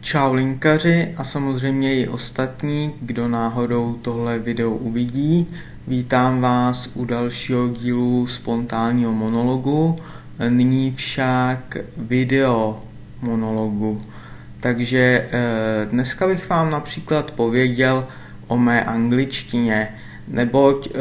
Čau linkaři a samozřejmě i ostatní, kdo náhodou tohle video uvidí. Vítám vás u dalšího dílu spontánního monologu, nyní však video monologu. Takže dneska bych vám například pověděl o mé angličtině, neboť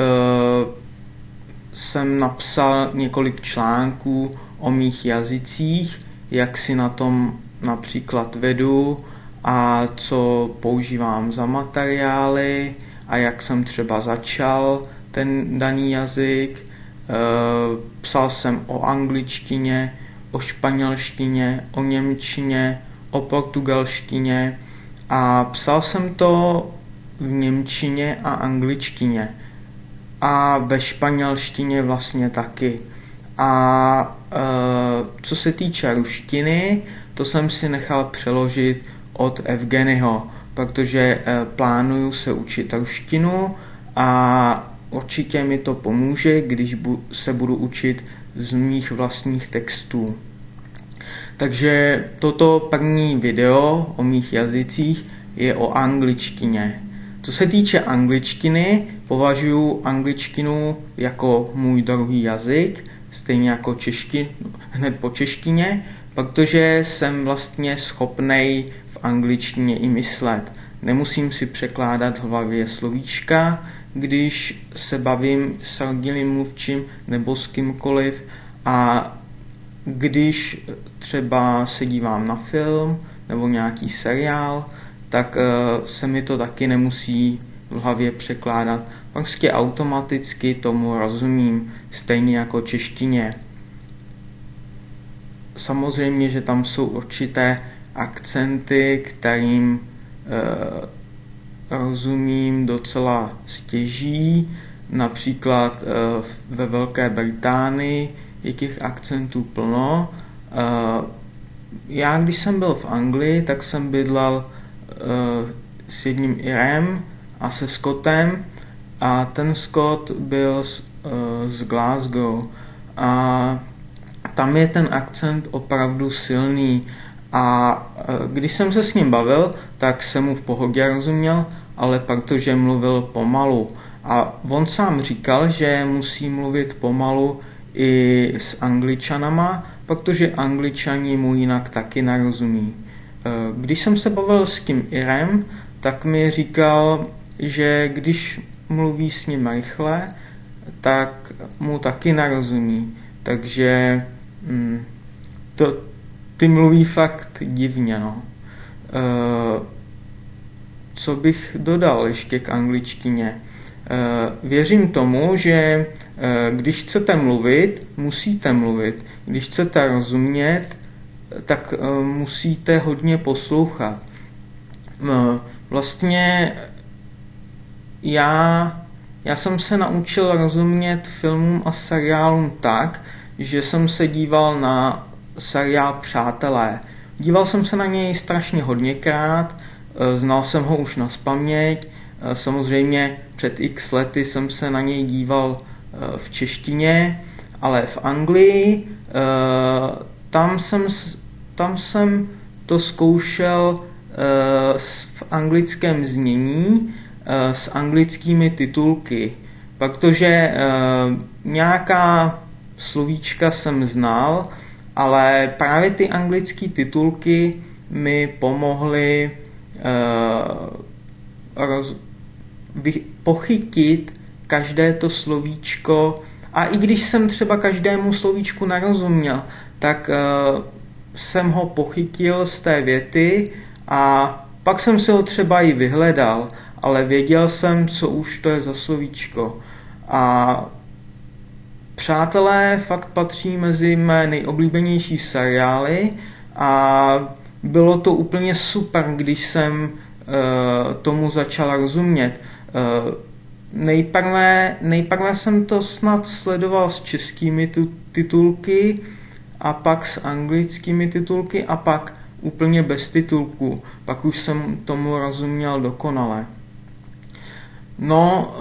jsem napsal několik článků o mých jazycích, jak si na tom například vedu a co používám za materiály a jak jsem třeba začal ten daný jazyk. Psal jsem o angličtině, o španělštině, o němčině, o portugalštině a psal jsem to v němčině a angličtině a ve španělštině vlastně taky. A co se týče ruštiny, to jsem si nechal přeložit od Evgenyho, protože plánuju se učit ruštinu a určitě mi to pomůže, když se budu učit z mých vlastních textů. Takže toto první video o mých jazycích je o angličtině. Co se týče angličtiny, považuji angličtinu jako můj druhý jazyk, stejně jako češtinu, hned po češtině, protože jsem vlastně schopnej v angličtině i myslet. Nemusím si překládat v hlavě slovíčka, když se bavím s rodilým mluvčím nebo s kýmkoliv a když třeba se dívám na film nebo nějaký seriál, tak se mi to taky nemusí v hlavě překládat. Prostě automaticky tomu rozumím, stejně jako češtině. Samozřejmě, že tam jsou určité akcenty, kterým rozumím docela stěží. Například ve Velké Británii je těch akcentů plno. Já, když jsem byl v Anglii, tak jsem bydlel s jedním Irem a se Scottem a ten Scott byl z Glasgow a tam je ten akcent opravdu silný a když jsem se s ním bavil, tak jsem mu v pohodě rozuměl, ale protože mluvil pomalu. A on sám říkal, že musí mluvit pomalu i s Angličanama, protože Angličani mu jinak taky nerozumí. Když jsem se bavil s tím Irem, tak mi říkal, že když mluví s ním rychle, tak mu taky nerozumí. Takže ty mluví fakt divně. No. Co bych dodal ještě k angličtině? Věřím tomu, že když chcete mluvit, musíte mluvit. Když chcete rozumět, tak musíte hodně poslouchat. Vlastně já jsem se naučil rozumět filmům a seriálům tak, že jsem se díval na seriál Přátelé. Díval jsem se na něj strašně hodněkrát, znal jsem ho už nazpaměť, samozřejmě před x lety jsem se na něj díval v češtině, ale v Anglii tam jsem to zkoušel v anglickém znění s anglickými titulky, protože nějaká slovíčka jsem znal, ale právě ty anglické titulky mi pomohly pochytit každé to slovíčko a i když jsem třeba každému slovíčku nerozuměl, tak jsem ho pochytil z té věty a pak jsem si ho třeba i vyhledal, ale věděl jsem, co už to je za slovíčko. A Přátelé fakt patří mezi mé nejoblíbenější seriály a bylo to úplně super, když jsem tomu začal rozumět. Nejprve jsem to snad sledoval s českými titulky a pak s anglickými titulky a pak úplně bez titulků. Pak už jsem tomu rozuměl dokonale. No,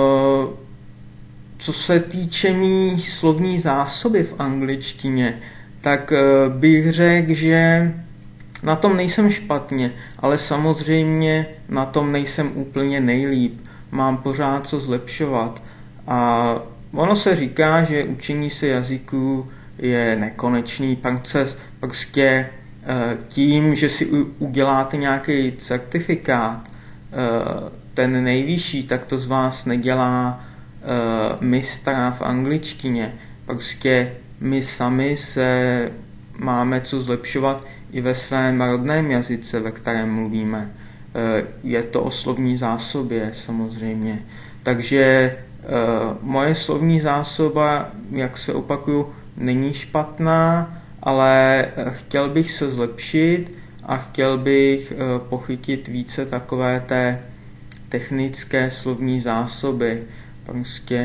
co se týče mý slovní zásoby v angličtině, tak bych řekl, že na tom nejsem špatně, ale samozřejmě na tom nejsem úplně nejlíp. Mám pořád co zlepšovat. A ono se říká, že učení se jazyků je nekonečný proces. Prostě tím, že si uděláte nějaký certifikát, ten nejvyšší, tak to z vás nedělá mistra v angličtině. Prostě my sami se máme co zlepšovat i ve svém rodném jazyce, ve kterém mluvíme. Je to o slovní zásobě samozřejmě. Takže moje slovní zásoba, jak se opakuju, není špatná, ale chtěl bych se zlepšit a chtěl bych pochytit více takové té technické slovní zásoby prostě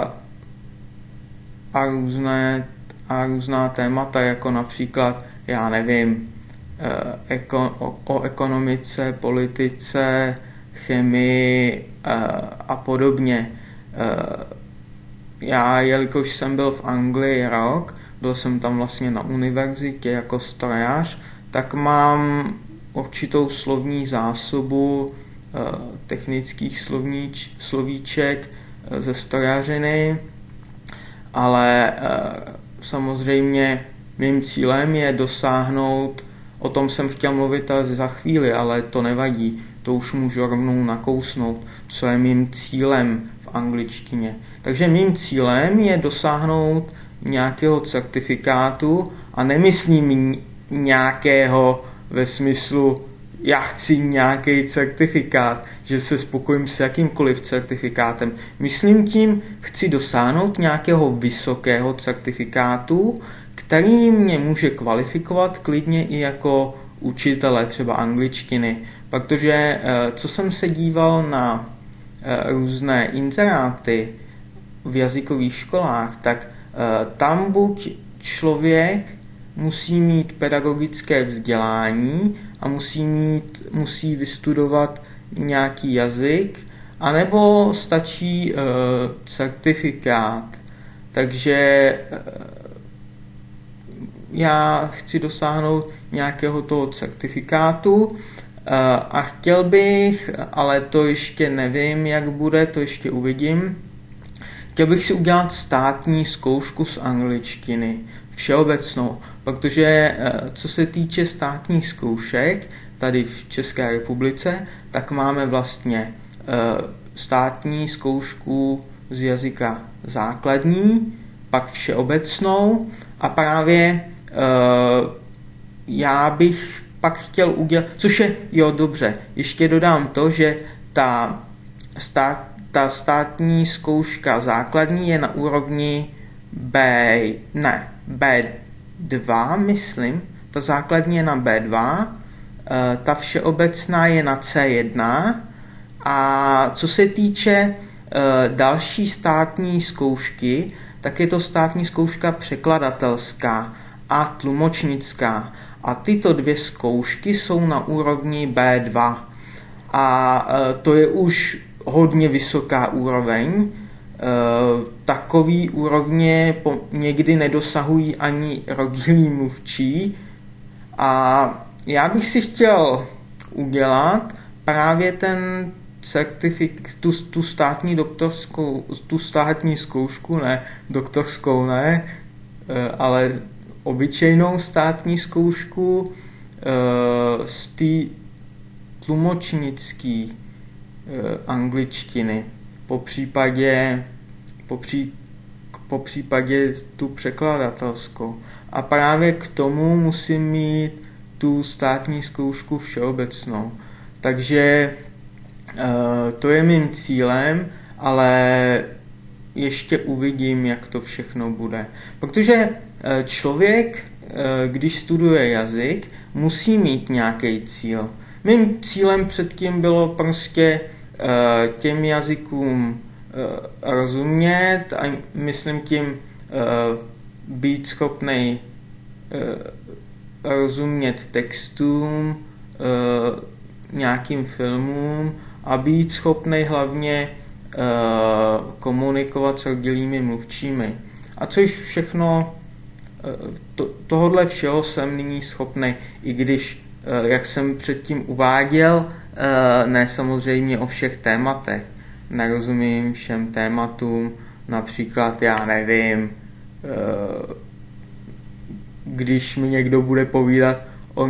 a různá témata, jako například, já nevím, o ekonomice, politice, chemii a podobně. Já, jelikož jsem byl v Anglii rok, byl jsem tam vlastně na univerzitě jako strojař, tak mám určitou slovní zásobu technických slovíček ze strojařiny, ale samozřejmě mým cílem je dosáhnout, o tom jsem chtěl mluvit za chvíli, ale to nevadí, to už můžu rovnou nakousnout, co je mým cílem v angličtině. Takže mým cílem je dosáhnout nějakého certifikátu a nemyslím nějakého ve smyslu, já chci nějaký certifikát, že se spokojím s jakýmkoliv certifikátem. Myslím tím, chci dosáhnout nějakého vysokého certifikátu, který mě může kvalifikovat klidně i jako učitele třeba angličtiny. Protože co jsem se díval na různé inzeráty v jazykových školách, tak tam buď člověk musí mít pedagogické vzdělání a musí vystudovat nějaký jazyk, anebo stačí certifikát. Takže já chci dosáhnout nějakého toho certifikátu a chtěl bych, ale to ještě nevím, jak bude, to ještě uvidím, chtěl bych si udělat státní zkoušku z angličtiny, všeobecnou, protože co se týče státních zkoušek, tady v České republice, tak máme vlastně státní zkoušku z jazyka základní, pak všeobecnou a právě já bych pak chtěl udělat, což je, jo dobře, ještě dodám to, že ta státní zkouška základní je na úrovni B2, myslím, ta základní je na B2, ta všeobecná je na C1 a co se týče další státní zkoušky, tak je to státní zkouška překladatelská a tlumočnická. A tyto dvě zkoušky jsou na úrovni B2. A to je už hodně vysoká úroveň. Takový úrovně někdy nedosahují ani rodilí mluvčí. A já bych si chtěl udělat právě ten tu státní doktorskou, tu státní zkoušku, ne, doktorskou ne, ale obyčejnou státní zkoušku z té tlumočnické angličtiny, po případě tu překladatelskou. A právě k tomu musím mít tu státní zkoušku všeobecnou. Takže to je mým cílem, ale ještě uvidím, jak to všechno bude. Protože člověk, když studuje jazyk, musí mít nějaký cíl. Mým cílem předtím bylo prostě těm jazykům rozumět a myslím tím být schopnej rozumět textům, nějakým filmům a být schopnej hlavně komunikovat s rodilými mluvčími. A což všechno, tohodle všeho jsem nyní schopnej, i když jak jsem předtím uváděl, ne samozřejmě o všech tématech. Nerozumím všem tématům, například, já nevím, když mi někdo bude povídat o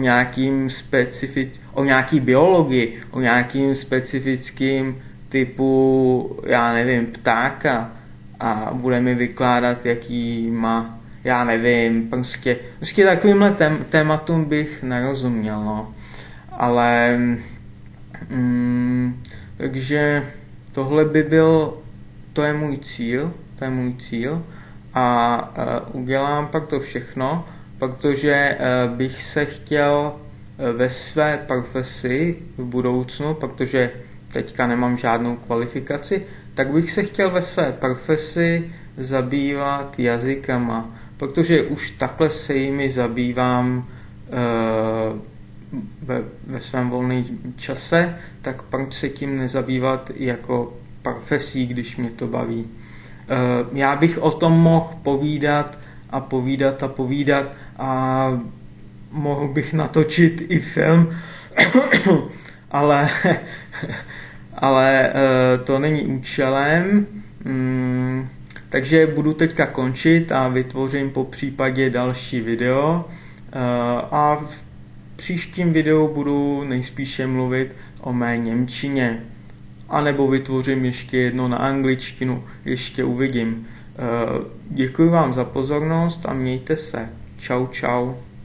nějaký biologii, o nějakým specifickým typu, já nevím, ptáka a bude mi vykládat, jaký má, já nevím, prostě takovýmhle tématům bych nerozuměl, no. Ale takže tohle by byl, to je můj cíl a udělám pak to všechno, protože bych se chtěl ve své profesi v budoucnu, protože teďka nemám žádnou kvalifikaci, tak bych se chtěl ve své profesi zabývat jazykama, protože už takhle se jimi zabývám ve svém volném čase, tak proč se tím nezabývat jako profesí, když mě to baví. Já bych o tom mohl povídat a mohl bych natočit i film, ale to není účelem, takže budu teďka končit a vytvořím po případě další video a v příštím videu budu nejspíše mluvit o mé němčině, anebo vytvořím ještě jedno na angličtinu, ještě uvidím. Děkuji vám za pozornost a mějte se. Čau, čau.